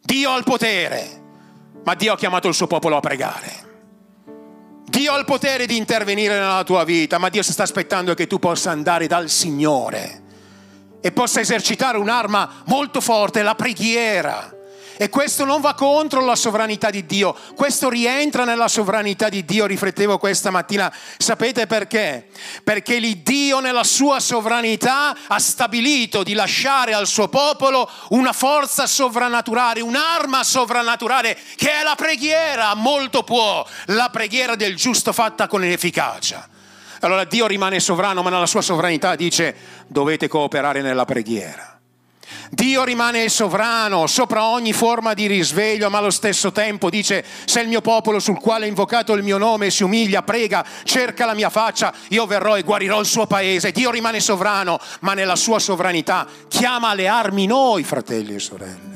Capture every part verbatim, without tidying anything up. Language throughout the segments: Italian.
Dio ha il potere, ma Dio ha chiamato il suo popolo a pregare. Dio ha il potere di intervenire nella tua vita, ma Dio si sta aspettando che tu possa andare dal Signore e possa esercitare un'arma molto forte, la preghiera. E questo non va contro la sovranità di Dio, questo rientra nella sovranità di Dio. Riflettevo questa mattina, sapete perché? Perché l'Iddio nella sua sovranità ha stabilito di lasciare al suo popolo una forza sovrannaturale, un'arma sovrannaturale che è la preghiera. Molto può la preghiera del giusto fatta con efficacia. Allora Dio rimane sovrano, ma nella sua sovranità dice: dovete cooperare nella preghiera. Dio rimane sovrano sopra ogni forma di risveglio, ma allo stesso tempo dice: se il mio popolo sul quale è invocato il mio nome si umilia, prega, cerca la mia faccia, io verrò e guarirò il suo paese. Dio rimane sovrano, ma nella sua sovranità chiama alle armi noi, fratelli e sorelle.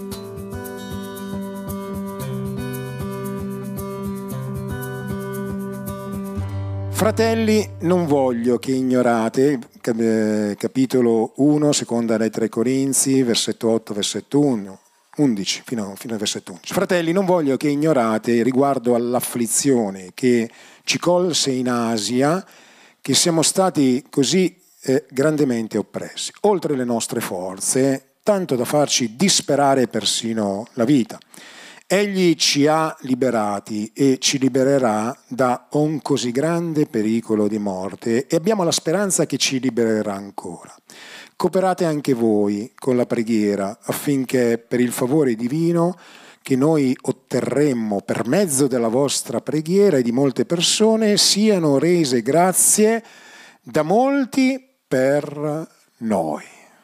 Fratelli, non voglio che ignorate, capitolo uno, seconda lettera ai Corinzi, versetto otto, versetto undici, fino, fino al versetto undici. Fratelli, non voglio che ignorate riguardo all'afflizione che ci colse in Asia, che siamo stati così eh, grandemente oppressi, oltre le nostre forze, tanto da farci disperare persino la vita. Egli ci ha liberati e ci libererà da un così grande pericolo di morte e abbiamo la speranza che ci libererà ancora. Cooperate anche voi con la preghiera affinché per il favore divino che noi otterremmo per mezzo della vostra preghiera e di molte persone siano rese grazie da molti per noi.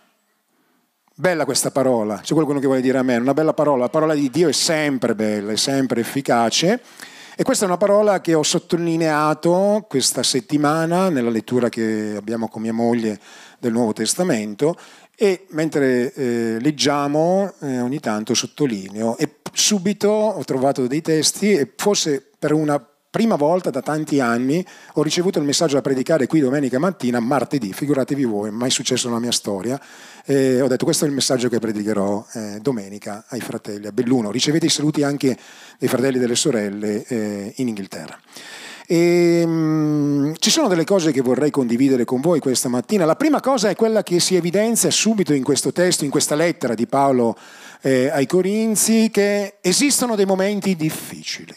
Bella questa parola, c'è qualcuno che vuole dire amen? Una bella parola, la parola di Dio è sempre bella, è sempre efficace e questa è una parola che ho sottolineato questa settimana nella lettura che abbiamo con mia moglie del Nuovo Testamento e mentre eh, leggiamo eh, ogni tanto sottolineo e subito ho trovato dei testi e forse per una prima volta da tanti anni ho ricevuto il messaggio da predicare qui domenica mattina, martedì, figuratevi voi, mai successo nella mia storia. E ho detto questo è il messaggio che predicherò eh, domenica ai fratelli a Belluno. Ricevete i saluti anche dei fratelli e delle sorelle eh, in Inghilterra. E, mh, ci sono delle cose che vorrei condividere con voi questa mattina. La prima cosa è quella che si evidenzia subito in questo testo, in questa lettera di Paolo eh, ai Corinzi, che esistono dei momenti difficili.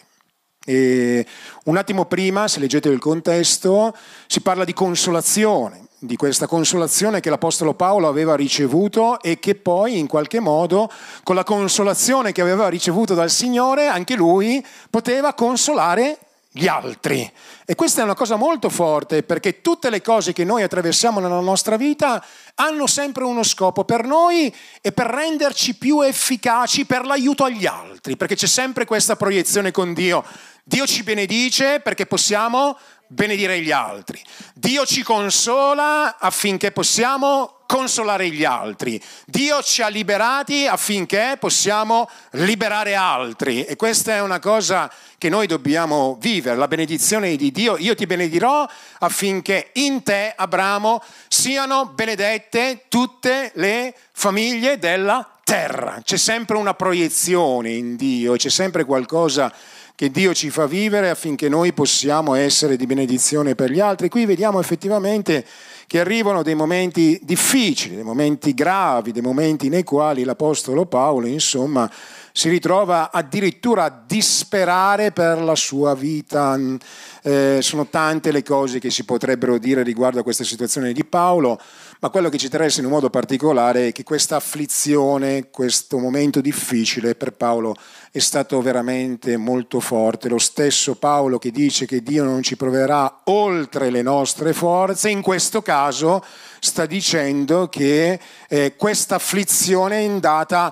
E un attimo prima, se leggete il contesto, si parla di consolazione, di questa consolazione che l'Apostolo Paolo aveva ricevuto e che poi in qualche modo, con la consolazione che aveva ricevuto dal Signore, anche lui poteva consolare gli altri. E questa è una cosa molto forte, perché tutte le cose che noi attraversiamo nella nostra vita hanno sempre uno scopo per noi e per renderci più efficaci per l'aiuto agli altri, perché c'è sempre questa proiezione con Dio. Dio ci benedice perché possiamo benedire gli altri. Dio ci consola affinché possiamo consolare gli altri. Dio ci ha liberati affinché possiamo liberare altri. E questa è una cosa che noi dobbiamo vivere, la benedizione di Dio. Io ti benedirò affinché in te, Abramo, siano benedette tutte le famiglie della terra. C'è sempre una proiezione in Dio, c'è sempre qualcosa che Dio ci fa vivere affinché noi possiamo essere di benedizione per gli altri. Qui vediamo effettivamente che arrivano dei momenti difficili, dei momenti gravi, dei momenti nei quali l'Apostolo Paolo, insomma, si ritrova addirittura a disperare per la sua vita. Eh, sono tante le cose che si potrebbero dire riguardo a questa situazione di Paolo, ma quello che ci interessa in un modo particolare è che questa afflizione, questo momento difficile per Paolo è stato veramente molto forte. Lo stesso Paolo che dice che Dio non ci proverà oltre le nostre forze, in questo caso sta dicendo che eh, questa afflizione è andata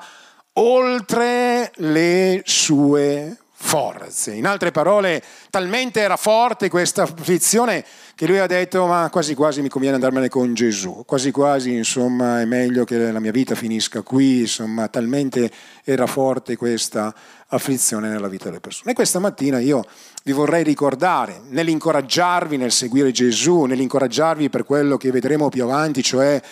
oltre le sue forze. In altre parole, talmente era forte questa afflizione che lui ha detto: ma quasi quasi mi conviene andarmene con Gesù, quasi quasi insomma è meglio che la mia vita finisca qui, insomma talmente era forte questa afflizione nella vita delle persone. E questa mattina io vi vorrei ricordare, nell'incoraggiarvi nel seguire Gesù, nell'incoraggiarvi per quello che vedremo più avanti, cioè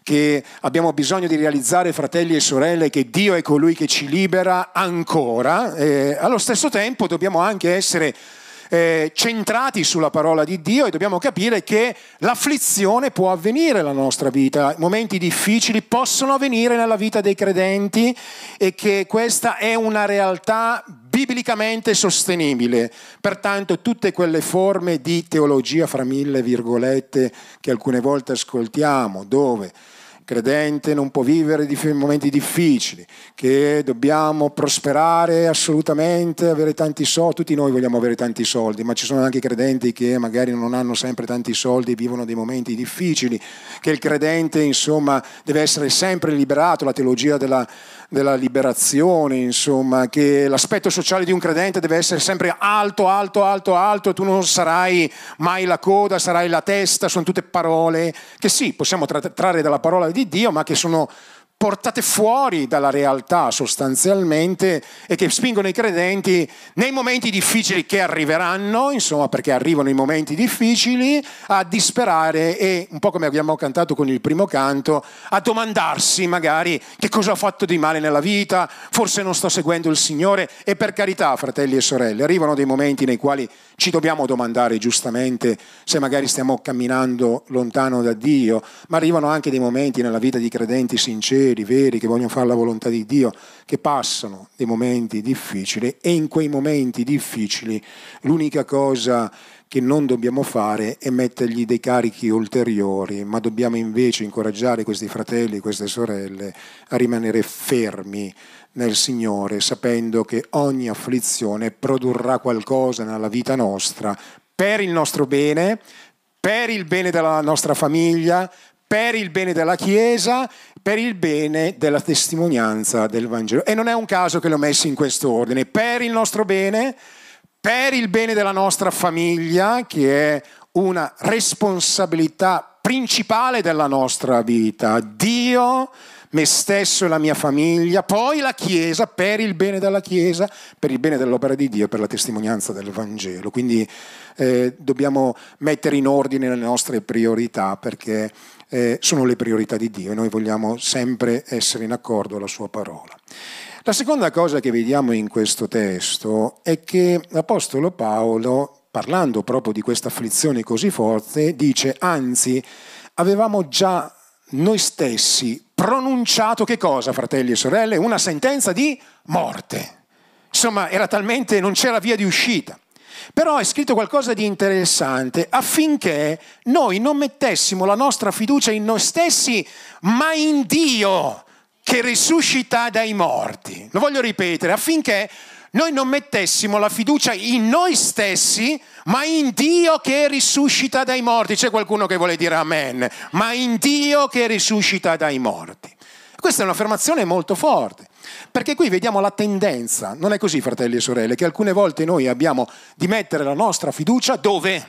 che abbiamo bisogno di realizzare, fratelli e sorelle, che Dio è colui che ci libera ancora, eh, allo stesso tempo dobbiamo anche essere Eh, centrati sulla parola di Dio e dobbiamo capire che l'afflizione può avvenire nella nostra vita, momenti difficili possono avvenire nella vita dei credenti e che questa è una realtà biblicamente sostenibile. Pertanto tutte quelle forme di teologia fra mille virgolette che alcune volte ascoltiamo, dove credente non può vivere di momenti difficili, che dobbiamo prosperare assolutamente, avere tanti soldi, tutti noi vogliamo avere tanti soldi, ma ci sono anche credenti che magari non hanno sempre tanti soldi e vivono dei momenti difficili, che il credente insomma deve essere sempre liberato, la teologia della, della liberazione, insomma, che l'aspetto sociale di un credente deve essere sempre alto, alto, alto, alto, tu non sarai mai la coda, sarai la testa, sono tutte parole che sì, possiamo tra- trarre dalla parola di Dio, ma che sono portate fuori dalla realtà sostanzialmente e che spingono i credenti nei momenti difficili che arriveranno, insomma, perché arrivano i momenti difficili, a disperare e, un po' come abbiamo cantato con il primo canto, a domandarsi magari che cosa ho fatto di male nella vita, forse non sto seguendo il Signore. E per carità, fratelli e sorelle, arrivano dei momenti nei quali ci dobbiamo domandare giustamente se magari stiamo camminando lontano da Dio, ma arrivano anche dei momenti nella vita di credenti sinceri, veri, che vogliono fare la volontà di Dio, che passano dei momenti difficili e in quei momenti difficili l'unica cosa che non dobbiamo fare è mettergli dei carichi ulteriori, ma dobbiamo invece incoraggiare questi fratelli, queste sorelle a rimanere fermi nel Signore, sapendo che ogni afflizione produrrà qualcosa nella vita nostra per il nostro bene, per il bene della nostra famiglia, per il bene della Chiesa, per il bene della testimonianza del Vangelo. E non è un caso che l'ho messo in questo ordine: per il nostro bene, per il bene della nostra famiglia, che è una responsabilità principale della nostra vita, Dio, me stesso e la mia famiglia, poi la Chiesa, per il bene della Chiesa, per il bene dell'opera di Dio, per la testimonianza del Vangelo. Quindi eh, dobbiamo mettere in ordine le nostre priorità, perché eh, sono le priorità di Dio e noi vogliamo sempre essere in accordo alla sua parola. La seconda cosa che vediamo in questo testo è che l'Apostolo Paolo, parlando proprio di questa afflizione così forte, dice: anzi, avevamo già noi stessi pronunciato che cosa, fratelli e sorelle? Una sentenza di morte. Insomma, era talmente, non c'era via di uscita. Però è scritto qualcosa di interessante, affinché noi non mettessimo la nostra fiducia in noi stessi, ma in Dio che risuscita dai morti. Lo voglio ripetere, affinché noi non mettessimo la fiducia in noi stessi, ma in Dio che risuscita dai morti. C'è qualcuno che vuole dire amen? Ma in Dio che risuscita dai morti. Questa è un'affermazione molto forte, perché qui vediamo la tendenza, non è così, fratelli e sorelle, che alcune volte noi abbiamo di mettere la nostra fiducia dove?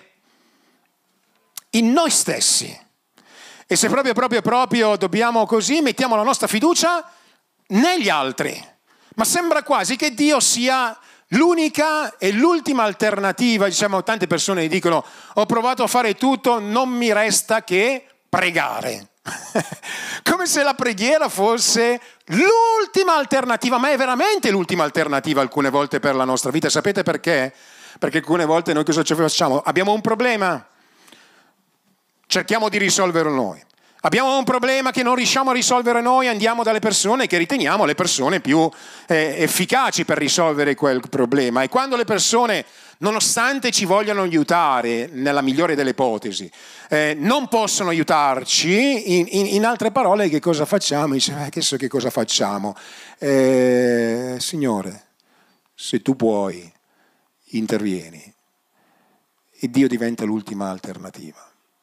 In noi stessi. E se proprio, proprio, proprio dobbiamo così, mettiamo la nostra fiducia negli altri. Ma sembra quasi che Dio sia l'unica e l'ultima alternativa. Diciamo, tante persone dicono: ho provato a fare tutto, non mi resta che pregare. Come se la preghiera fosse l'ultima alternativa, ma è veramente l'ultima alternativa alcune volte per la nostra vita. Sapete perché? Perché alcune volte noi cosa ci facciamo? Abbiamo un problema, cerchiamo di risolverlo noi. Abbiamo un problema che non riusciamo a risolvere noi, andiamo dalle persone che riteniamo le persone più eh, efficaci per risolvere quel problema. E quando le persone, nonostante ci vogliano aiutare, nella migliore delle ipotesi, eh, non possono aiutarci, in, in, in altre parole che cosa facciamo? Dice, eh, che so che cosa facciamo? Eh, Signore, se tu puoi, intervieni. E Dio diventa l'ultima alternativa.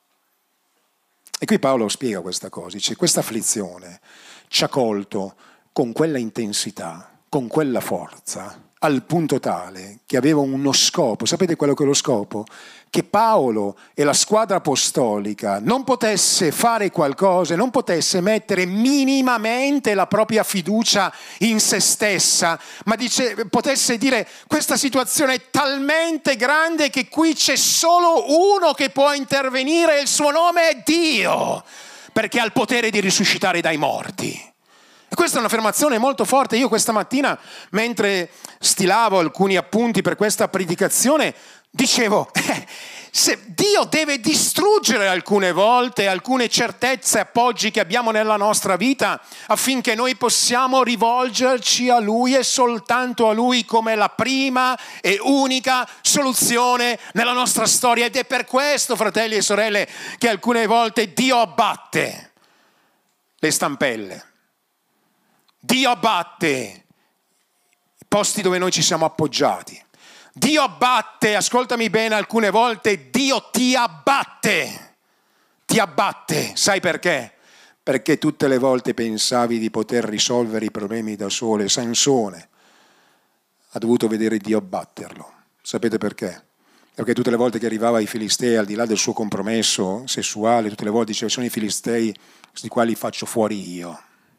E qui Paolo spiega questa cosa, dice: questa afflizione ci ha colto con quella intensità, con quella forza, al punto tale che aveva uno scopo. Sapete quello che è lo scopo? Che Paolo e la squadra apostolica non potesse fare qualcosa, non potesse mettere minimamente la propria fiducia in se stessa, ma dice, potesse dire: questa situazione è talmente grande che qui c'è solo uno che può intervenire e il suo nome è Dio. perché ha il potere di risuscitare dai morti. E questa è un'affermazione molto forte. Io questa mattina, mentre stilavo alcuni appunti per questa predicazione, dicevo, eh, se Dio deve distruggere alcune volte alcune certezze e appoggi che abbiamo nella nostra vita affinché noi possiamo rivolgerci a Lui e soltanto a Lui come la prima e unica soluzione nella nostra storia. Ed è per questo, fratelli e sorelle, che alcune volte Dio abbatte le stampelle. Dio abbatte i posti dove noi ci siamo appoggiati. Dio abbatte, ascoltami bene, alcune volte Dio ti abbatte, ti abbatte, sai perché? Perché tutte le volte pensavi di poter risolvere i problemi da solo. Sansone ha dovuto vedere Dio abbatterlo. Sapete perché? Perché tutte le volte che arrivava ai Filistei, al di là del suo compromesso sessuale, tutte le volte diceva: sono i Filistei di quali faccio fuori io.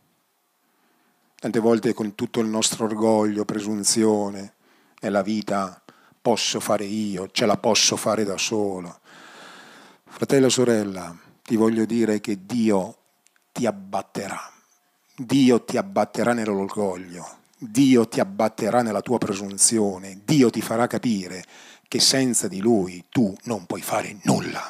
Tante volte con tutto il nostro orgoglio, presunzione, nella vita posso fare io, ce la posso fare da solo. Fratello, sorella, ti voglio dire che Dio ti abbatterà. Dio ti abbatterà nell'orgoglio. Dio ti abbatterà nella tua presunzione. Dio ti farà capire che senza di Lui tu non puoi fare nulla.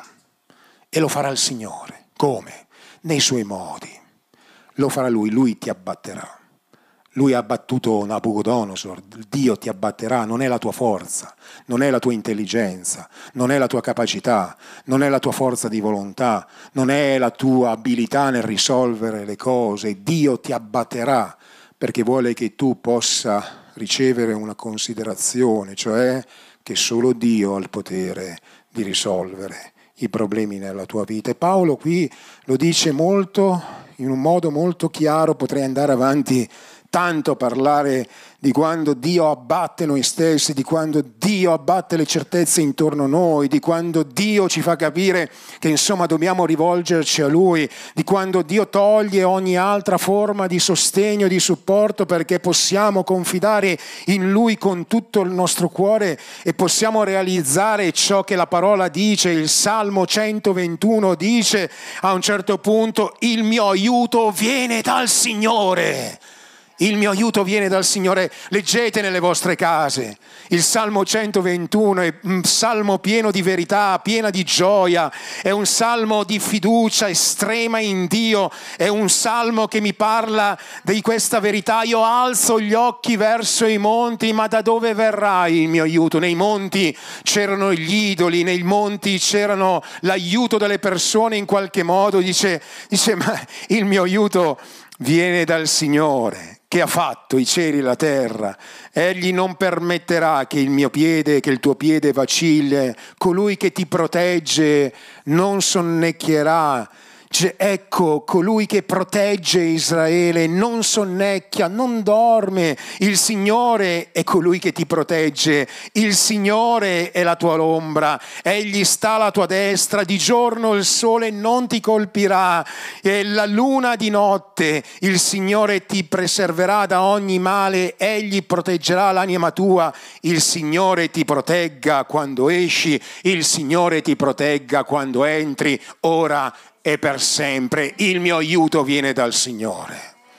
E lo farà il Signore. Come? Nei Suoi modi. Lo farà Lui, Lui ti abbatterà. Lui ha abbattuto Nabucodonosor, Dio ti abbatterà, non è la tua forza, non è la tua intelligenza, non è la tua capacità, non è la tua forza di volontà, non è la tua abilità nel risolvere le cose. Dio ti abbatterà perché vuole che tu possa ricevere una considerazione, cioè che solo Dio ha il potere di risolvere i problemi nella tua vita. E Paolo qui lo dice molto, in un modo molto chiaro. Potrei andare avanti tanto a parlare di quando Dio abbatte noi stessi, di quando Dio abbatte le certezze intorno a noi, di quando Dio ci fa capire che insomma dobbiamo rivolgerci a Lui, di quando Dio toglie ogni altra forma di sostegno, di supporto, perché possiamo confidare in Lui con tutto il nostro cuore e possiamo realizzare ciò che la parola dice. Il Salmo centoventuno dice a un certo punto: il mio aiuto viene dal Signore. Il mio aiuto viene dal Signore. Leggete nelle vostre case il Salmo centoventuno, è un salmo pieno di verità, piena di gioia, è un salmo di fiducia estrema in Dio, è un salmo che mi parla di questa verità. Io alzo gli occhi verso i monti, ma da dove verrà il mio aiuto? Nei monti c'erano gli idoli, nei monti c'erano l'aiuto delle persone in qualche modo. Dice, dice ma il mio aiuto viene dal Signore, che ha fatto i cieli e la terra. Egli non permetterà che il mio piede, che il tuo piede vacille. Colui che ti protegge non sonnecchierà. Cioè, ecco, colui che protegge Israele non sonnecchia, non dorme. Il Signore è colui che ti protegge. Il Signore è la tua ombra. Egli sta alla tua destra. Di giorno il sole non ti colpirà e la luna di notte. Il Signore ti preserverà da ogni male. Egli proteggerà l'anima tua. Il Signore ti protegga quando esci. Il Signore ti protegga quando entri. Ora e per sempre. Il mio aiuto viene dal Signore.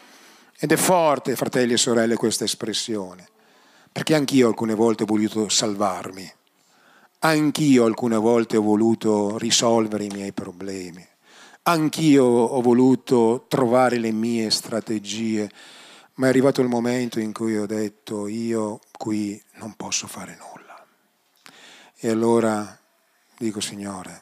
Ed è forte, fratelli e sorelle, questa espressione, perché anch'io alcune volte ho voluto salvarmi, anch'io alcune volte ho voluto risolvere i miei problemi, anch'io ho voluto trovare le mie strategie, ma è arrivato il momento in cui ho detto: io qui non posso fare nulla. E allora dico: Signore,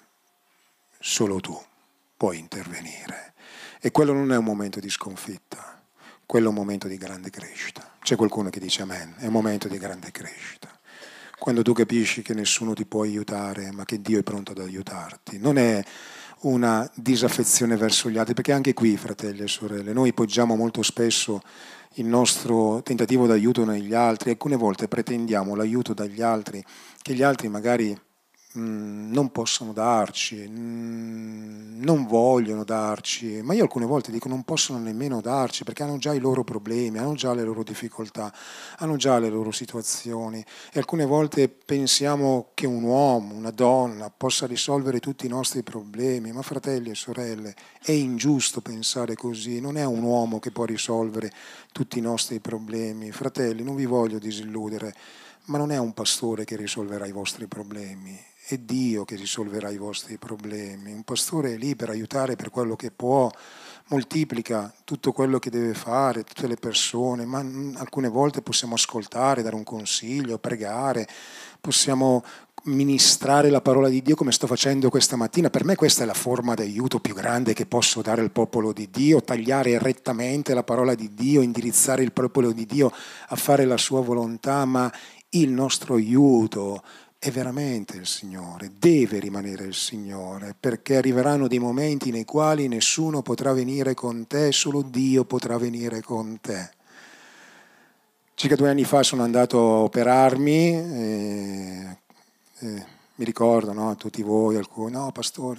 solo tu puoi intervenire. E quello non è un momento di sconfitta, quello è un momento di grande crescita. C'è qualcuno che dice amen, è un momento di grande crescita. Quando tu capisci che nessuno ti può aiutare, ma che Dio è pronto ad aiutarti. Non è una disaffezione verso gli altri, perché anche qui, fratelli e sorelle, noi poggiamo molto spesso il nostro tentativo d'aiuto negli altri. Alcune volte pretendiamo l'aiuto dagli altri, che gli altri magari mh, non possono darci, mh, non vogliono darci, ma io alcune volte dico non possono nemmeno darci perché hanno già i loro problemi, hanno già le loro difficoltà, hanno già le loro situazioni e alcune volte pensiamo che un uomo, una donna possa risolvere tutti i nostri problemi, ma fratelli e sorelle, è ingiusto pensare così, non è un uomo che può risolvere tutti i nostri problemi. Fratelli, non vi voglio disilludere, ma non è un pastore che risolverà i vostri problemi, è Dio che risolverà i vostri problemi. Un pastore è lì per aiutare per quello che può, moltiplica tutto quello che deve fare, tutte le persone, ma alcune volte possiamo ascoltare, dare un consiglio, pregare, possiamo ministrare la parola di Dio come sto facendo questa mattina. Per me questa è la forma d'aiuto più grande che posso dare al popolo di Dio, tagliare rettamente la parola di Dio, indirizzare il popolo di Dio a fare la sua volontà, ma il nostro aiuto è veramente il Signore, deve rimanere il Signore, perché arriveranno dei momenti nei quali nessuno potrà venire con te, solo Dio potrà venire con te. Circa due anni fa sono andato a operarmi, e, e, mi ricordo, no, tutti voi, alcuni, no pastore,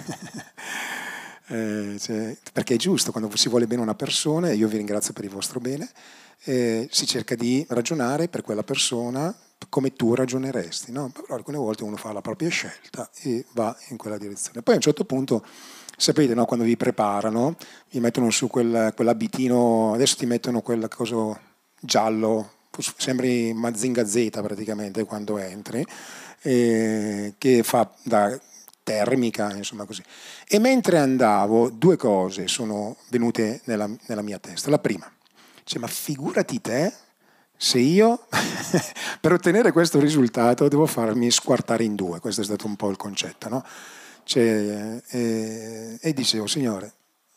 eh, cioè, perché è giusto, quando si vuole bene una persona, e io vi ringrazio per il vostro bene, eh, si cerca di ragionare per quella persona come tu ragioneresti, no? Però alcune volte uno fa la propria scelta e va in quella direzione. Poi a un certo punto, sapete, no, quando vi preparano, vi mettono su quel, quell'abitino, adesso ti mettono quel coso giallo, sembri Mazinga Z praticamente quando entri, eh, che fa da termica, insomma così. E mentre andavo, due cose sono venute nella, nella mia testa. La prima, cioè, ma figurati te se io per ottenere questo risultato devo farmi squartare in due. Questo è stato un po' il concetto, no? Cioè, eh, e dicevo, Signore,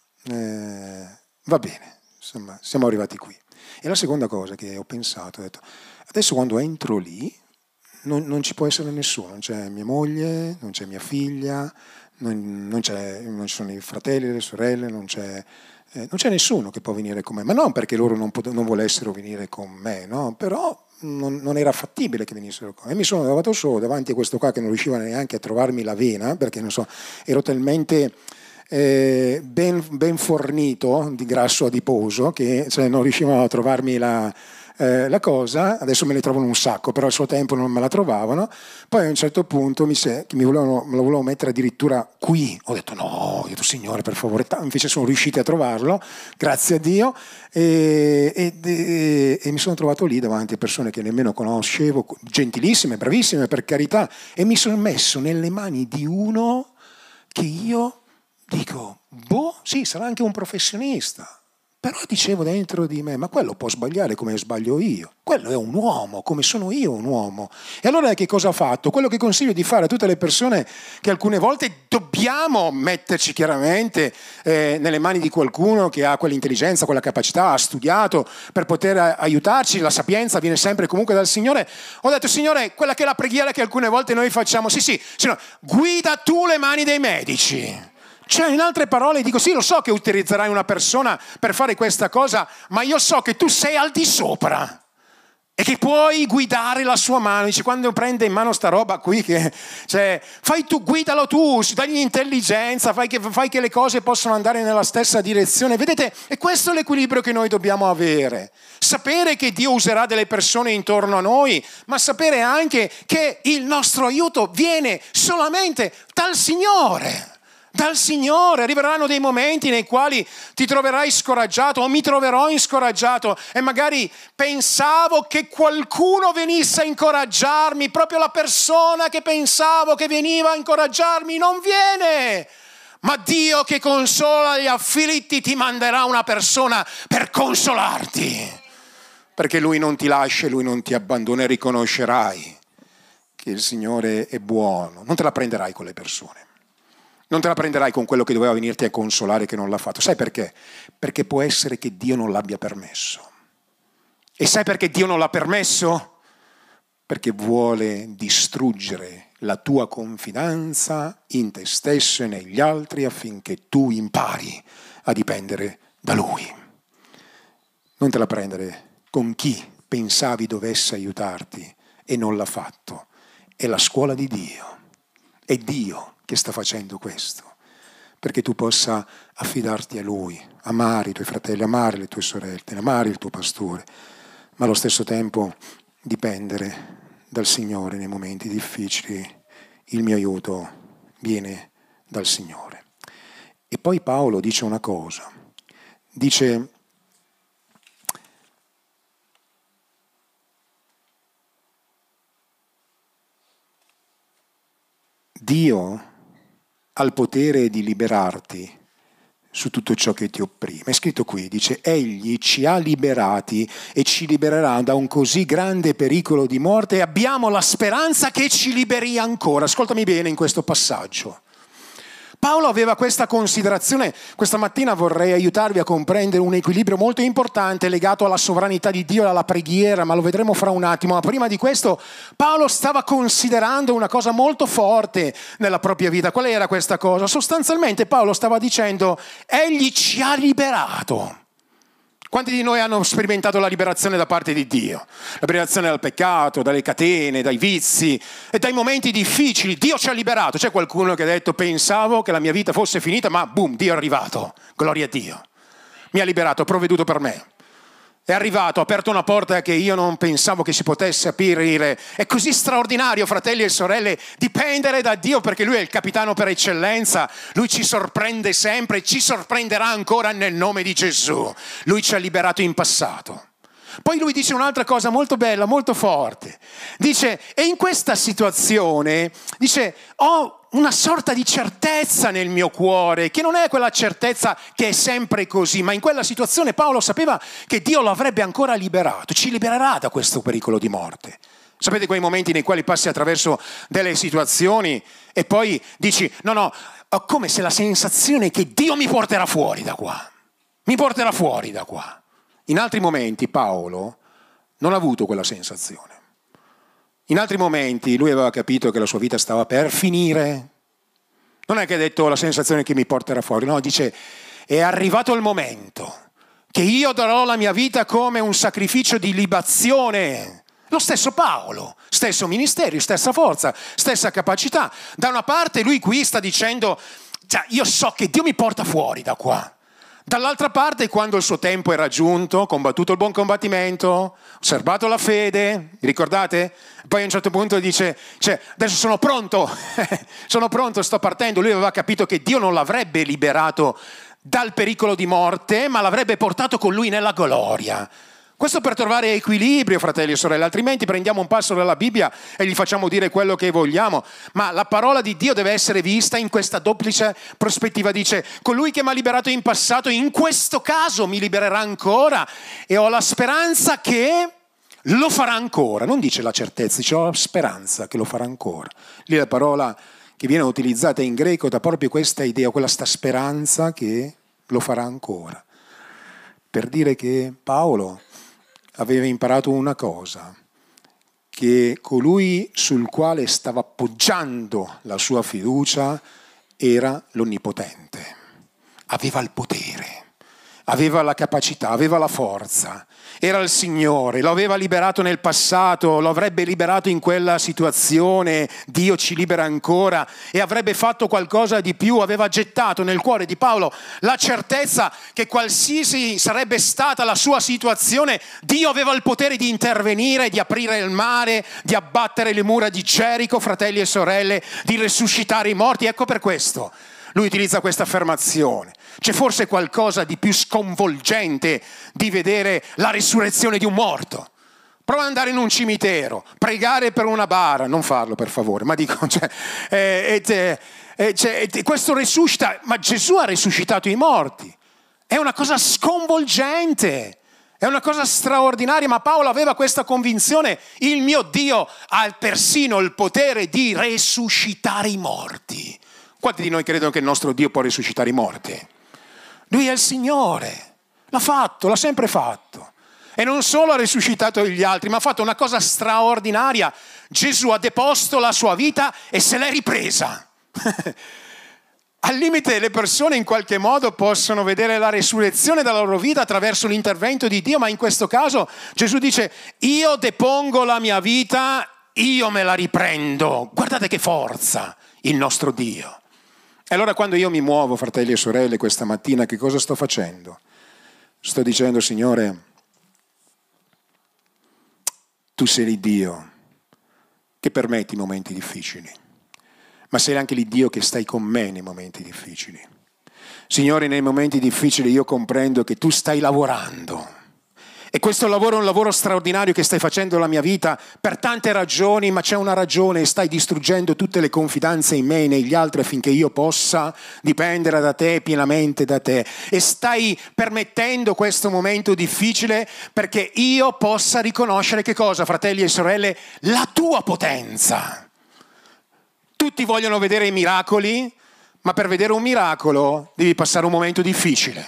eh, va bene, insomma, siamo arrivati qui. E la seconda cosa che ho pensato, ho detto, adesso quando entro lì non, non ci può essere nessuno, non c'è mia moglie, non c'è mia figlia, non, non, c'è, non ci sono i fratelli, le sorelle, non c'è... Eh, non c'è nessuno che può venire con me, ma non perché loro non, pot- non volessero venire con me, no? Però non, non era fattibile che venissero con me. E mi sono trovato solo davanti a questo qua che non riusciva neanche a trovarmi la vena, perché non so, ero talmente eh, ben, ben fornito di grasso adiposo che cioè, non riuscivano a trovarmi la... Eh, la cosa, adesso me ne trovano un sacco, però al suo tempo non me la trovavano. Poi a un certo punto mi, se, mi volevano, me lo volevo mettere addirittura qui. Ho detto no, ho detto Signore per favore, invece sono riusciti a trovarlo, grazie a Dio, e, e, e, e mi sono trovato lì davanti a persone che nemmeno conoscevo, gentilissime, bravissime per carità, e mi sono messo nelle mani di uno che io dico, boh, sì, sarà anche un professionista. Però dicevo dentro di me, ma quello può sbagliare come sbaglio io. Quello è un uomo, come sono io un uomo. E allora che cosa ha fatto? Quello che consiglio di fare a tutte le persone che alcune volte dobbiamo metterci chiaramente eh, nelle mani di qualcuno che ha quell'intelligenza, quella capacità, ha studiato per poter aiutarci, la sapienza viene sempre comunque dal Signore. Ho detto, Signore, quella che è la preghiera che alcune volte noi facciamo, sì sì, Signore, guida tu le mani dei medici. Cioè, in altre parole, dico, sì, lo so che utilizzerai una persona per fare questa cosa, ma io so che tu sei al di sopra e che puoi guidare la sua mano. Dice, quando prende in mano sta roba qui, che, cioè, fai tu, guidalo tu, dagli intelligenza, fai che, fai che le cose possano andare nella stessa direzione. Vedete, e questo è l'equilibrio che noi dobbiamo avere. Sapere che Dio userà delle persone intorno a noi, ma sapere anche che il nostro aiuto viene solamente dal Signore. Dal Signore. Arriveranno dei momenti nei quali ti troverai scoraggiato o mi troverò scoraggiato e magari pensavo che qualcuno venisse a incoraggiarmi, proprio la persona che pensavo che veniva a incoraggiarmi non viene. Ma Dio che consola gli afflitti ti manderà una persona per consolarti, perché Lui non ti lascia, Lui non ti abbandona e riconoscerai che il Signore è buono. Non te la prenderai con le persone. Non te la prenderai con quello che doveva venirti a consolare che non l'ha fatto. Sai perché? Perché può essere che Dio non l'abbia permesso. E sai perché Dio non l'ha permesso? Perché vuole distruggere la tua confidenza in te stesso e negli altri affinché tu impari a dipendere da Lui. Non te la prendere con chi pensavi dovesse aiutarti e non l'ha fatto. È la scuola di Dio. È Dio che sta facendo questo, perché tu possa affidarti a Lui, amare i tuoi fratelli, amare le tue sorelle, amare il tuo pastore, ma allo stesso tempo dipendere dal Signore nei momenti difficili. Il mio aiuto viene dal Signore. E poi Paolo dice una cosa, dice: Dio ha il potere di liberarti su tutto ciò che ti opprime. È scritto qui, dice: Egli ci ha liberati e ci libererà da un così grande pericolo di morte, e abbiamo la speranza che ci liberi ancora. Ascoltami bene in questo passaggio. Paolo aveva questa considerazione. Questa mattina vorrei aiutarvi a comprendere un equilibrio molto importante legato alla sovranità di Dio e alla preghiera, ma lo vedremo fra un attimo. Ma prima di questo Paolo stava considerando una cosa molto forte nella propria vita. Qual era questa cosa? Sostanzialmente Paolo stava dicendo: Egli ci ha liberato. Quanti di noi hanno sperimentato la liberazione da parte di Dio? La liberazione dal peccato, dalle catene, dai vizi e dai momenti difficili. Dio ci ha liberato. C'è qualcuno che ha detto: pensavo che la mia vita fosse finita, ma boom, Dio è arrivato. Gloria a Dio. Mi ha liberato, ha provveduto per me. È arrivato, ha aperto una porta che io non pensavo che si potesse aprire. È così straordinario, fratelli e sorelle, dipendere da Dio, perché Lui è il capitano per eccellenza. Lui ci sorprende sempre, ci sorprenderà ancora nel nome di Gesù. Lui ci ha liberato in passato. Poi lui dice un'altra cosa molto bella, molto forte. Dice: e in questa situazione, dice, ho una sorta di certezza nel mio cuore, che non è quella certezza che è sempre così, ma in quella situazione Paolo sapeva che Dio lo avrebbe ancora liberato, ci libererà da questo pericolo di morte. Sapete quei momenti nei quali passi attraverso delle situazioni e poi dici: no, no, ho come se la sensazione che Dio mi porterà fuori da qua, mi porterà fuori da qua. In altri momenti Paolo non ha avuto quella sensazione. In altri momenti lui aveva capito che la sua vita stava per finire. Non è che ha detto: la sensazione che mi porterà fuori. No, dice: è arrivato il momento che io darò la mia vita come un sacrificio di libazione. Lo stesso Paolo, stesso ministero, stessa forza, stessa capacità. Da una parte lui qui sta dicendo: cioè, io so che Dio mi porta fuori da qua. Dall'altra parte, quando il suo tempo è raggiunto, combattuto il buon combattimento, osservato la fede, vi ricordate? Poi a un certo punto dice: cioè, adesso sono pronto, sono pronto, sto partendo. Lui aveva capito che Dio non l'avrebbe liberato dal pericolo di morte, ma l'avrebbe portato con lui nella gloria. Questo per trovare equilibrio, fratelli e sorelle, altrimenti prendiamo un passo dalla Bibbia e gli facciamo dire quello che vogliamo. Ma la parola di Dio deve essere vista in questa duplice prospettiva. Dice: colui che mi ha liberato in passato, in questo caso mi libererà ancora, e ho la speranza che lo farà ancora. Non dice la certezza, dice: ho la speranza che lo farà ancora. Lì la parola che viene utilizzata in greco dà proprio questa idea, quella sta speranza che lo farà ancora. Per dire che Paolo aveva imparato una cosa, che colui sul quale stava appoggiando la sua fiducia era l'Onnipotente. Aveva il potere, aveva la capacità, aveva la forza. Era il Signore, lo aveva liberato nel passato, lo avrebbe liberato in quella situazione, Dio ci libera ancora, e avrebbe fatto qualcosa di più. Aveva gettato nel cuore di Paolo la certezza che qualsiasi sarebbe stata la sua situazione, Dio aveva il potere di intervenire, di aprire il mare, di abbattere le mura di Gerico, fratelli e sorelle, di resuscitare i morti. Ecco per questo lui utilizza questa affermazione. C'è forse qualcosa di più sconvolgente di vedere la risurrezione di un morto? Prova ad andare in un cimitero, pregare per una bara, non farlo per favore, ma dico, cioè, eh, eh, eh, cioè, eh, questo risuscita, ma Gesù ha risuscitato i morti. È una cosa sconvolgente, è una cosa straordinaria, ma Paolo aveva questa convinzione: il mio Dio ha persino il potere di risuscitare i morti. Quanti di noi credono che il nostro Dio può risuscitare i morti? Lui è il Signore, l'ha fatto, l'ha sempre fatto. E non solo ha risuscitato gli altri, ma ha fatto una cosa straordinaria. Gesù ha deposto la sua vita e se l'è ripresa. Al limite le persone in qualche modo possono vedere la resurrezione della loro vita attraverso l'intervento di Dio, ma in questo caso Gesù dice: io depongo la mia vita io me la riprendo. Guardate che forza il nostro Dio. E allora quando io mi muovo, fratelli e sorelle, questa mattina, che cosa sto facendo? Sto dicendo, Signore, tu sei l'Iddio che permetti i momenti difficili, ma sei anche l'Iddio che stai con me nei momenti difficili. Signore, nei momenti difficili io comprendo che tu stai lavorando. E questo lavoro è un lavoro straordinario che stai facendo nella mia vita per tante ragioni, ma c'è una ragione e stai distruggendo tutte le confidenze in me e negli altri affinché io possa dipendere da te, pienamente da te. E stai permettendo questo momento difficile perché io possa riconoscere che cosa, fratelli e sorelle? La tua potenza. Tutti vogliono vedere i miracoli, ma per vedere un miracolo devi passare un momento difficile.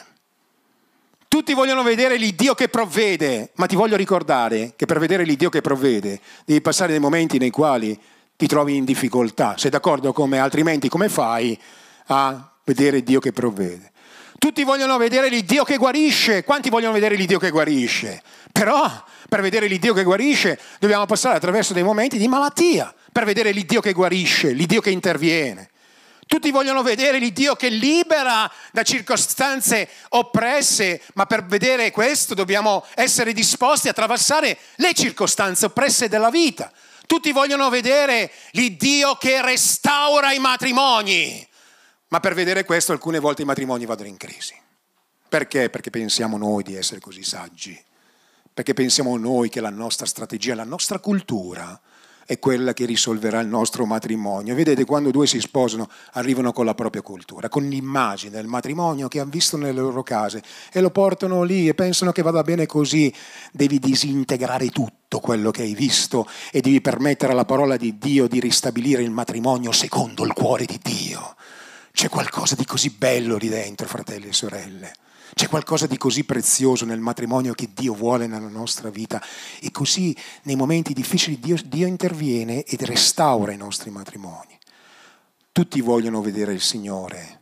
Tutti vogliono vedere l'Iddio che provvede, ma ti voglio ricordare che per vedere l'Iddio che provvede devi passare dei momenti nei quali ti trovi in difficoltà. Sei d'accordo con me? Altrimenti come fai a vedere Dio che provvede? Tutti vogliono vedere l'Iddio che guarisce. Quanti vogliono vedere l'Iddio che guarisce? Però per vedere l'Iddio che guarisce dobbiamo passare attraverso dei momenti di malattia, per vedere l'Iddio che guarisce, l'Iddio che interviene. Tutti vogliono vedere l'Iddio che libera da circostanze oppresse, ma per vedere questo dobbiamo essere disposti a attraversare le circostanze oppresse della vita. Tutti vogliono vedere l'Iddio che restaura i matrimoni, ma per vedere questo alcune volte i matrimoni vanno in crisi. Perché? Perché pensiamo noi di essere così saggi, perché pensiamo noi che la nostra strategia, la nostra cultura è quella che risolverà il nostro matrimonio. Vedete, quando due si sposano arrivano con la propria cultura, con l'immagine del matrimonio che hanno visto nelle loro case e lo portano lì e pensano che vada bene così. Devi disintegrare tutto quello che hai visto e devi permettere alla parola di Dio di ristabilire il matrimonio secondo il cuore di Dio. C'è qualcosa di così bello lì dentro, fratelli e sorelle. C'è qualcosa di così prezioso nel matrimonio che Dio vuole nella nostra vita e così nei momenti difficili Dio, Dio interviene ed restaura i nostri matrimoni. Tutti vogliono vedere il Signore,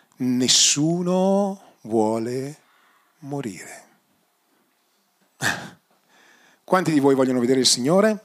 nessuno vuole morire. Quanti di voi vogliono vedere il Signore?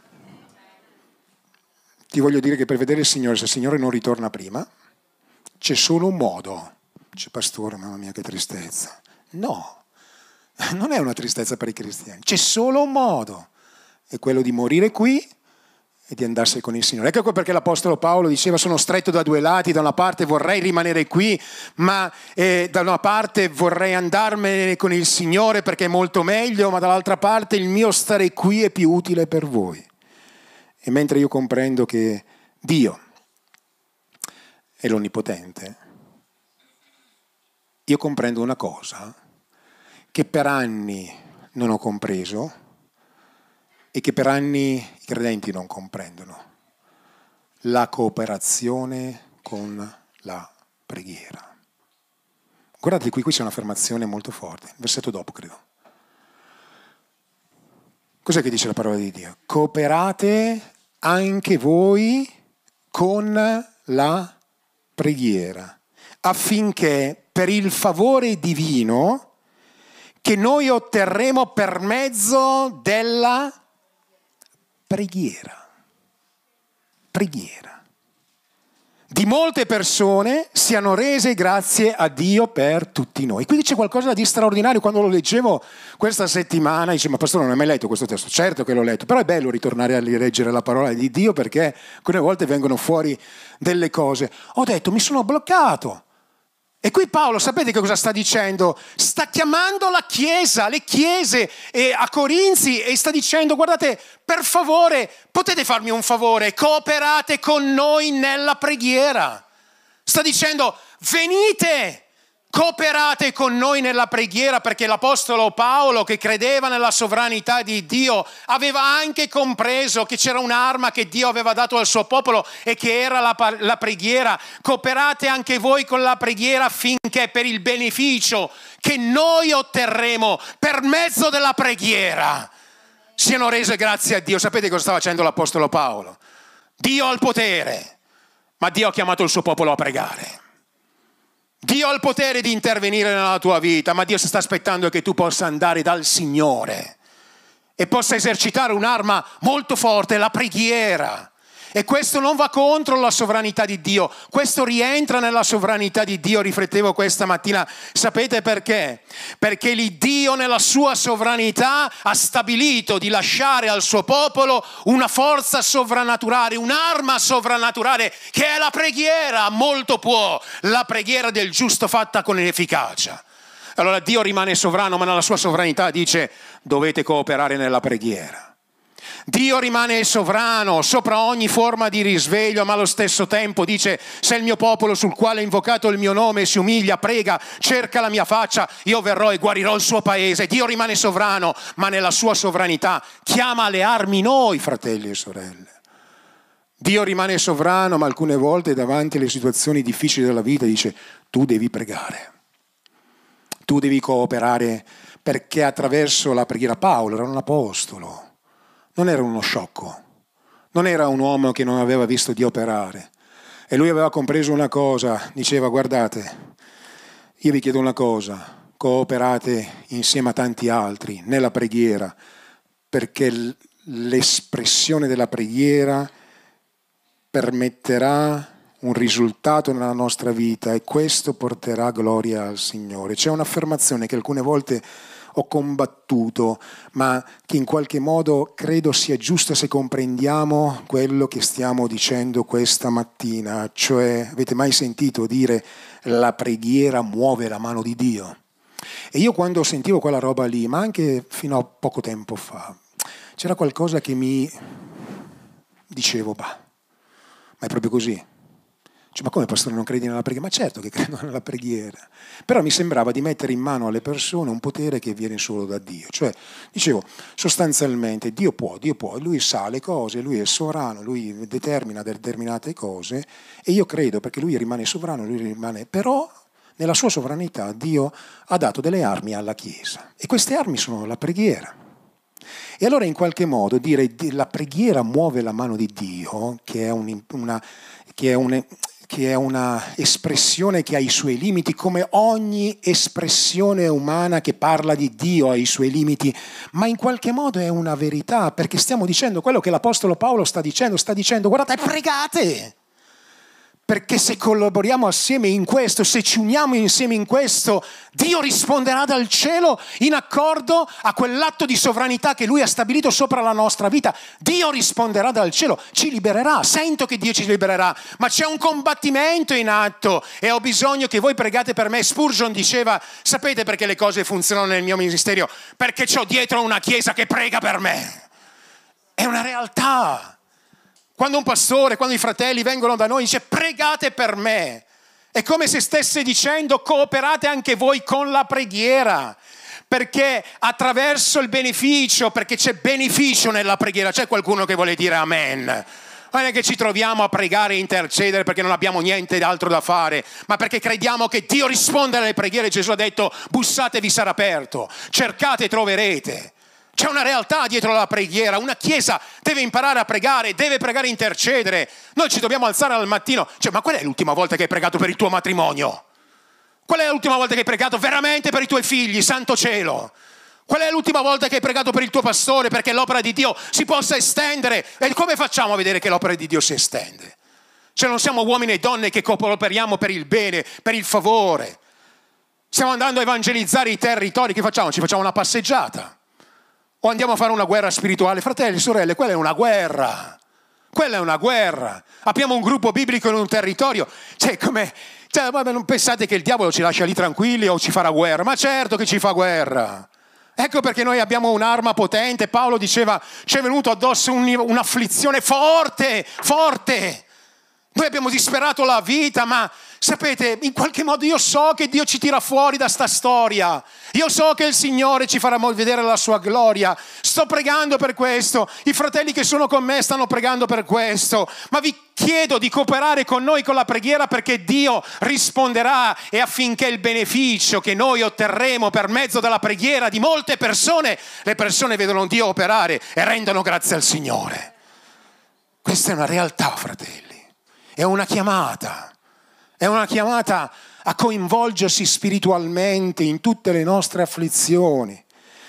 Ti voglio dire che per vedere il Signore, se il Signore non ritorna prima, c'è solo un modo. Dice, pastore, mamma mia che tristezza. No, non è una tristezza per i cristiani, c'è solo un modo, è quello di morire qui e di andarsene con il Signore. Ecco perché l'Apostolo Paolo diceva sono stretto da due lati, da una parte vorrei rimanere qui, ma eh, da una parte vorrei andarmene con il Signore perché è molto meglio, ma dall'altra parte il mio stare qui è più utile per voi. E mentre io comprendo che Dio è l'Onnipotente, io comprendo una cosa che per anni non ho compreso e che per anni i credenti non comprendono: la cooperazione con la preghiera. Guardate qui, qui c'è un'affermazione molto forte, versetto dopo credo. Cos'è che dice la parola di Dio? Cooperate anche voi con la preghiera, affinché per il favore divino che noi otterremo per mezzo della preghiera. Preghiera. Di molte persone siano rese grazie a Dio per tutti noi. Quindi c'è qualcosa di straordinario. Quando lo leggevo questa settimana, dice, ma pastore non hai mai letto questo testo? Certo che l'ho letto, però è bello ritornare a rileggere la parola di Dio perché alcune volte vengono fuori delle cose. Ho detto, mi sono bloccato. E qui Paolo, sapete che cosa sta dicendo? Sta chiamando la Chiesa, le chiese eh, a Corinzi e sta dicendo, guardate, per favore, potete farmi un favore, cooperate con noi nella preghiera. Sta dicendo, venite, cooperate con noi nella preghiera, perché l'Apostolo Paolo, che credeva nella sovranità di Dio, aveva anche compreso che c'era un'arma che Dio aveva dato al suo popolo e che era la, la preghiera. Cooperate anche voi con la preghiera affinché per il beneficio che noi otterremo per mezzo della preghiera siano rese grazie a Dio. Sapete cosa sta facendo l'Apostolo Paolo? Dio ha il potere, ma Dio ha chiamato il suo popolo a pregare. Dio ha il potere di intervenire nella tua vita, ma Dio si sta aspettando che tu possa andare dal Signore e possa esercitare un'arma molto forte, la preghiera. E questo non va contro la sovranità di Dio, questo rientra nella sovranità di Dio. Riflettevo questa mattina, sapete perché? Perché l'Iddio nella sua sovranità ha stabilito di lasciare al suo popolo una forza sovrannaturale, un'arma sovrannaturale che è la preghiera. Molto può la preghiera del giusto fatta con efficacia. Allora Dio rimane sovrano, ma nella sua sovranità dice dovete cooperare nella preghiera. Dio rimane sovrano sopra ogni forma di risveglio, ma allo stesso tempo dice se il mio popolo sul quale è invocato il mio nome si umilia, prega, cerca la mia faccia, io verrò e guarirò il suo paese. Dio rimane sovrano, ma nella sua sovranità chiama alle armi noi, fratelli e sorelle. Dio rimane sovrano, ma alcune volte davanti alle situazioni difficili della vita dice tu devi pregare, tu devi cooperare, perché attraverso la preghiera Paolo era un apostolo. Non era uno sciocco, non era un uomo che non aveva visto Dio operare. E lui aveva compreso una cosa, diceva guardate, io vi chiedo una cosa, cooperate insieme a tanti altri nella preghiera, perché l'espressione della preghiera permetterà un risultato nella nostra vita e questo porterà gloria al Signore. C'è un'affermazione che alcune volte ho combattuto, ma che in qualche modo credo sia giusto se comprendiamo quello che stiamo dicendo questa mattina. Cioè, avete mai sentito dire la preghiera muove la mano di Dio? E io quando sentivo quella roba lì, ma anche fino a poco tempo fa, c'era qualcosa che mi dicevo, bah, ma è proprio così? Cioè, ma come pastore non credi nella preghiera? Ma certo che credo nella preghiera. Però mi sembrava di mettere in mano alle persone un potere che viene solo da Dio. Cioè, dicevo, sostanzialmente Dio può, Dio può, Lui sa le cose, Lui è sovrano, Lui determina determinate cose e io credo perché Lui rimane sovrano, Lui rimane... Però nella sua sovranità Dio ha dato delle armi alla Chiesa e queste armi sono la preghiera. E allora in qualche modo dire la preghiera muove la mano di Dio, che è un, una... che è un che è una espressione che ha i suoi limiti, come ogni espressione umana che parla di Dio ha i suoi limiti, ma in qualche modo è una verità, perché stiamo dicendo quello che l'Apostolo Paolo sta dicendo, sta dicendo guardate, pregate! Perché se collaboriamo assieme in questo, se ci uniamo insieme in questo, Dio risponderà dal cielo in accordo a quell'atto di sovranità che Lui ha stabilito sopra la nostra vita. Dio risponderà dal cielo, ci libererà. Sento che Dio ci libererà, ma c'è un combattimento in atto e ho bisogno che voi pregate per me. Spurgeon diceva, sapete perché le cose funzionano nel mio ministero? Perché c'ho dietro una chiesa che prega per me. È una realtà. Quando un pastore, quando i fratelli vengono da noi, dice pregate per me, è come se stesse dicendo cooperate anche voi con la preghiera, perché attraverso il beneficio, perché c'è beneficio nella preghiera. C'è qualcuno che vuole dire amen? Non è che ci troviamo a pregare e intercedere perché non abbiamo niente altro da fare, ma perché crediamo che Dio risponde alle preghiere. Gesù ha detto bussate vi sarà aperto, cercate e troverete. C'è una realtà dietro la preghiera, una chiesa deve imparare a pregare, deve pregare e intercedere. Noi ci dobbiamo alzare al mattino, cioè, ma qual è l'ultima volta che hai pregato per il tuo matrimonio? Qual è l'ultima volta che hai pregato veramente per i tuoi figli, santo cielo? Qual è l'ultima volta che hai pregato per il tuo pastore perché l'opera di Dio si possa estendere? E come facciamo a vedere che l'opera di Dio si estende? Se non siamo uomini e donne che cooperiamo per il bene, per il favore. Stiamo andando a evangelizzare i territori, che facciamo? Ci facciamo una passeggiata. O andiamo a fare una guerra spirituale? Fratelli, sorelle, quella è una guerra. Quella è una guerra. Abbiamo un gruppo biblico in un territorio. Cioè, come, cioè, non pensate che il diavolo ci lascia lì tranquilli o ci farà guerra. Ma certo che ci fa guerra. Ecco perché noi abbiamo un'arma potente. Paolo diceva, ci è venuto addosso un, un'afflizione forte, forte. Noi abbiamo disperato la vita, ma sapete, in qualche modo io so che Dio ci tira fuori da sta storia. Io so che il Signore ci farà vedere la sua gloria. Sto pregando per questo. I fratelli che sono con me stanno pregando per questo. Ma vi chiedo di cooperare con noi con la preghiera perché Dio risponderà e affinché il beneficio che noi otterremo per mezzo della preghiera di molte persone, le persone vedono Dio operare e rendono grazie al Signore. Questa è una realtà, fratelli. È una chiamata, è una chiamata a coinvolgersi spiritualmente in tutte le nostre afflizioni.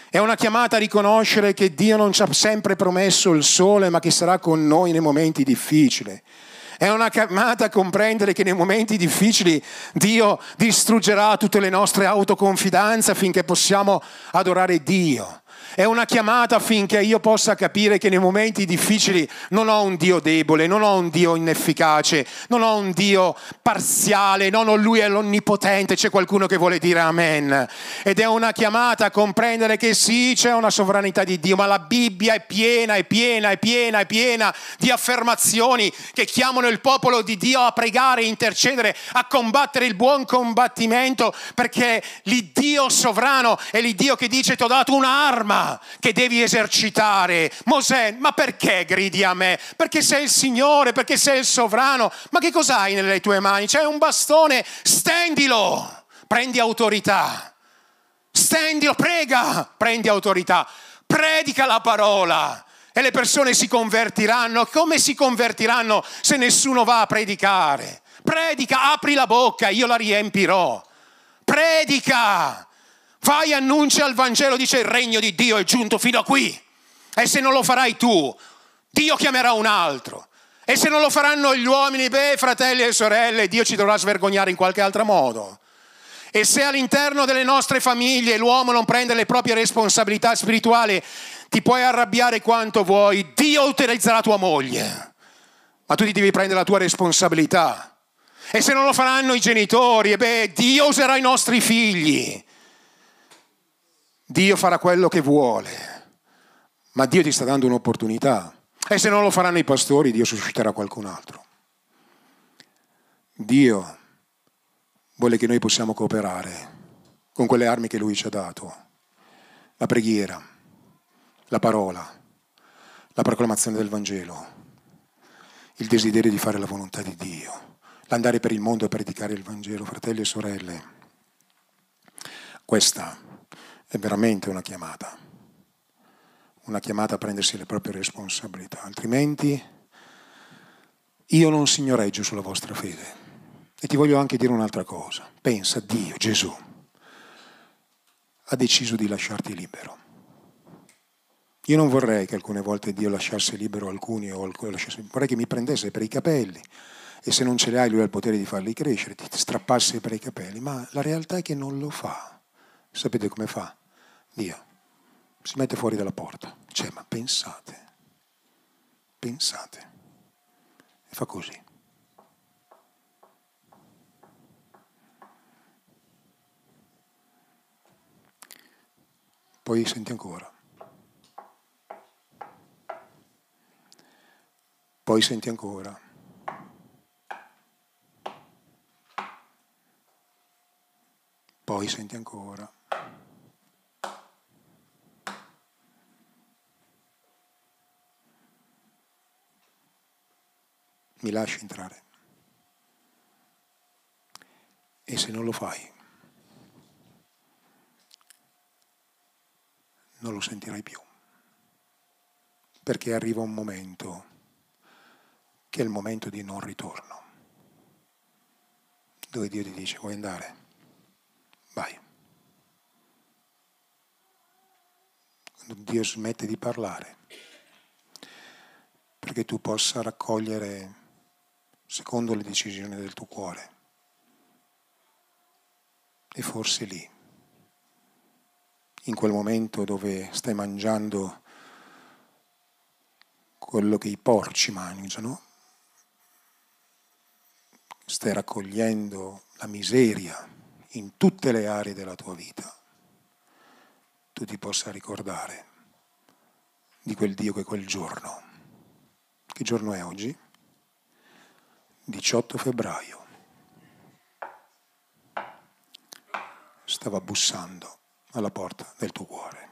È una chiamata a riconoscere che Dio non ci ha sempre promesso il sole, ma che sarà con noi nei momenti difficili. È una chiamata a comprendere che nei momenti difficili Dio distruggerà tutte le nostre autoconfidenze affinché possiamo adorare Dio. È una chiamata affinché io possa capire che nei momenti difficili non ho un Dio debole, non ho un Dio inefficace, non ho un Dio parziale, non ho Lui è l'onnipotente. C'è qualcuno che vuole dire amen? Ed è una chiamata a comprendere che sì, c'è una sovranità di Dio, ma la Bibbia è piena, è piena, è piena, è piena di affermazioni che chiamano il popolo di Dio a pregare, intercedere, a combattere il buon combattimento, perché l'Iddio sovrano è l'Iddio che dice: ti ho dato un'arma che devi esercitare. Mosè, ma perché gridi a me? Perché sei il Signore, perché sei il sovrano. Ma che cos'hai nelle tue mani? C'è un bastone, stendilo, prendi autorità. Stendilo, prega, prendi autorità, predica la parola e le persone si convertiranno. Come si convertiranno se nessuno va a predicare? Predica, apri la bocca, io la riempirò. Predica. Vai, annuncia il Vangelo, dice: il regno di Dio è giunto fino a qui. E se non lo farai tu, Dio chiamerà un altro. E se non lo faranno gli uomini, beh, fratelli e sorelle, Dio ci dovrà svergognare in qualche altro modo. E se all'interno delle nostre famiglie l'uomo non prende le proprie responsabilità spirituali, ti puoi arrabbiare quanto vuoi, Dio utilizzerà tua moglie. Ma tu ti devi prendere la tua responsabilità. E se non lo faranno i genitori, e beh, Dio userà i nostri figli. Dio farà quello che vuole, ma Dio ti sta dando un'opportunità. E se non lo faranno i pastori, Dio susciterà qualcun altro. Dio vuole che noi possiamo cooperare con quelle armi che Lui ci ha dato. La preghiera, la parola, la proclamazione del Vangelo, il desiderio di fare la volontà di Dio, l'andare per il mondo a predicare il Vangelo. Fratelli e sorelle, questa è veramente una chiamata, una chiamata a prendersi le proprie responsabilità, altrimenti io non signoreggio sulla vostra fede. E ti voglio anche dire un'altra cosa: pensa, Dio, Gesù, ha deciso di lasciarti libero. Io non vorrei che alcune volte Dio lasciasse libero alcuni, o lasciasse, vorrei che mi prendesse per i capelli, e se non ce li hai Lui ha il potere di farli crescere, ti strappasse per i capelli, ma la realtà è che non lo fa. Sapete come fa? Dio si mette fuori dalla porta, cioè, ma pensate, pensate, e fa così. Poi senti ancora, poi senti ancora, poi senti ancora. Mi lasci entrare. E se non lo fai, non lo sentirai più. Perché arriva un momento che è il momento di non ritorno, dove Dio ti dice: vuoi andare? Vai. Quando Dio smette di parlare, perché tu possa raccogliere secondo le decisioni del tuo cuore. E forse lì, in quel momento dove stai mangiando quello che i porci mangiano, stai raccogliendo la miseria in tutte le aree della tua vita, tu ti possa ricordare di quel Dio che quel giorno, che giorno è oggi? diciotto febbraio, stava bussando alla porta del tuo cuore.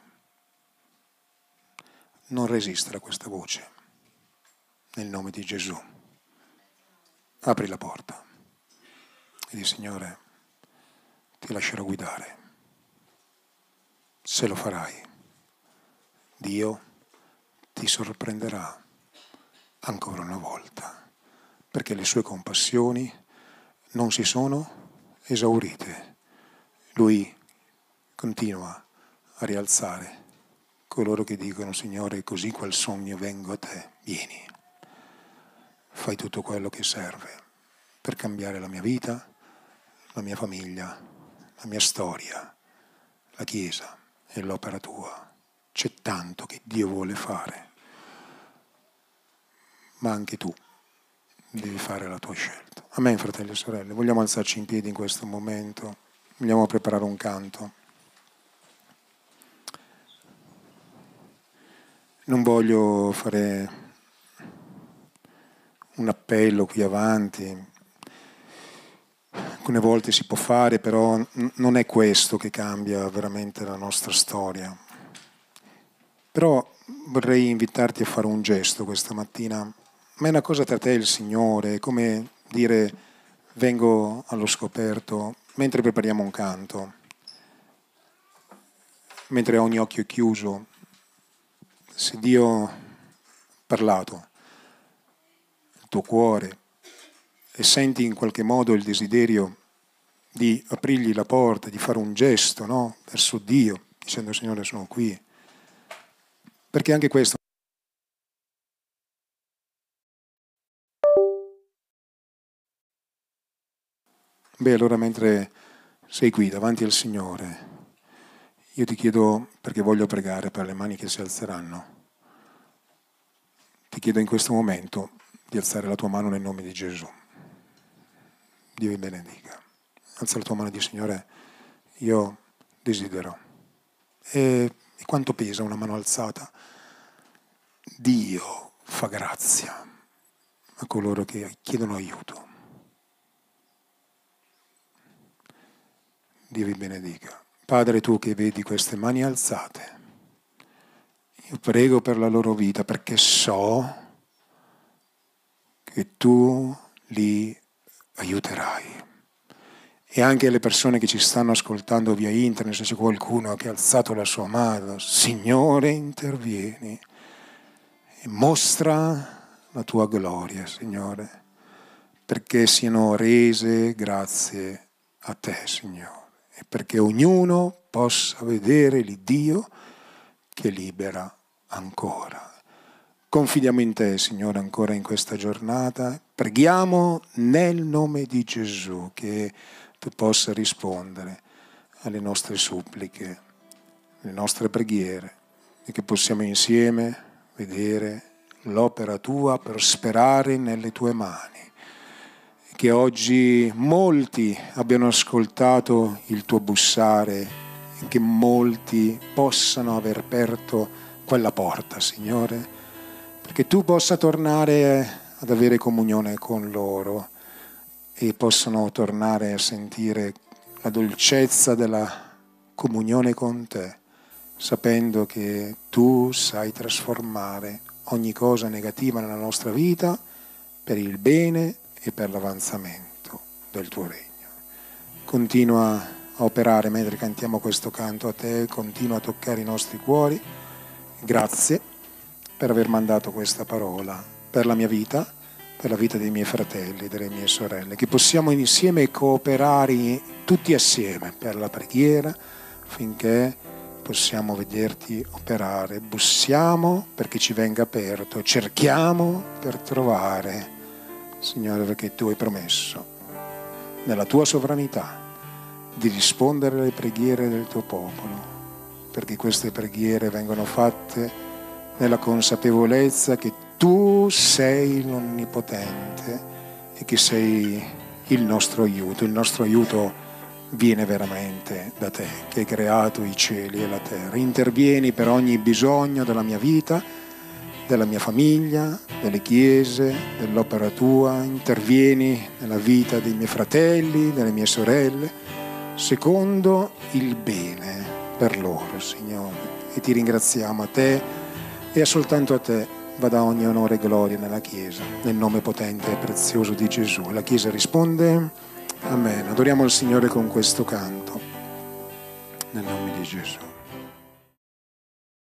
Non resistere a questa voce, nel nome di Gesù. Apri la porta e di: Signore, ti lascerò guidare. Se lo farai, Dio ti sorprenderà ancora una volta, perché le sue compassioni non si sono esaurite. Lui continua a rialzare coloro che dicono: Signore, così qual sogno vengo a te, vieni, fai tutto quello che serve per cambiare la mia vita, la mia famiglia, la mia storia, la Chiesa e l'opera tua. C'è tanto che Dio vuole fare, ma anche tu devi fare la tua scelta. Amen, fratelli e sorelle. Vogliamo alzarci in piedi in questo momento, vogliamo preparare un canto. Non voglio fare un appello qui avanti, alcune volte si può fare, però non è questo che cambia veramente la nostra storia. Però vorrei invitarti a fare un gesto questa mattina, ma è una cosa tra te e il Signore, è come dire: vengo allo scoperto mentre prepariamo un canto, mentre ogni occhio è chiuso. Se Dio ha parlato il tuo cuore e senti in qualche modo il desiderio di aprirgli la porta, di fare un gesto, no? Verso Dio, dicendo: Signore, sono qui. Perché anche questo. Beh, allora mentre sei qui davanti al Signore, io ti chiedo, perché voglio pregare per le mani che si alzeranno, ti chiedo in questo momento di alzare la tua mano nel nome di Gesù. Dio vi benedica. Alza la tua mano e di: Signore, io desidero. E, e quanto pesa una mano alzata? Dio fa grazia a coloro che chiedono aiuto. Dio vi benedica. Padre, tu che vedi queste mani alzate, io prego per la loro vita, perché so che tu li aiuterai. E anche le persone che ci stanno ascoltando via internet, se c'è qualcuno che ha alzato la sua mano: Signore, intervieni e mostra la tua gloria, Signore, perché siano rese grazie a te, Signore, e perché ognuno possa vedere l'Iddio che libera ancora. Confidiamo in te, Signore, ancora in questa giornata. Preghiamo nel nome di Gesù che tu possa rispondere alle nostre suppliche, alle nostre preghiere, e che possiamo insieme vedere l'opera tua prosperare nelle tue mani. Che oggi molti abbiano ascoltato il tuo bussare e che molti possano aver aperto quella porta, Signore, perché tu possa tornare ad avere comunione con loro e possano tornare a sentire la dolcezza della comunione con te, sapendo che tu sai trasformare ogni cosa negativa nella nostra vita per il bene e per l'avanzamento del tuo regno. Continua a operare mentre cantiamo questo canto a te, continua a toccare i nostri cuori. Grazie per aver mandato questa parola per la mia vita, per la vita dei miei fratelli e delle mie sorelle, che possiamo insieme cooperare tutti assieme per la preghiera finché possiamo vederti operare. Bussiamo perché ci venga aperto, cerchiamo per trovare, Signore, perché tu hai promesso nella tua sovranità di rispondere alle preghiere del tuo popolo, perché queste preghiere vengono fatte nella consapevolezza che tu sei l'Onnipotente e che sei il nostro aiuto. Il nostro aiuto viene veramente da te, che hai creato i cieli e la terra. Intervieni per ogni bisogno della mia vita, della mia famiglia, delle chiese, dell'opera tua. Intervieni nella vita dei miei fratelli, delle mie sorelle, secondo il bene per loro, Signore. E ti ringraziamo, a te e a soltanto a te vada ogni onore e gloria nella Chiesa, nel nome potente e prezioso di Gesù. La Chiesa risponde: Amen. Adoriamo il Signore con questo canto, nel nome di Gesù.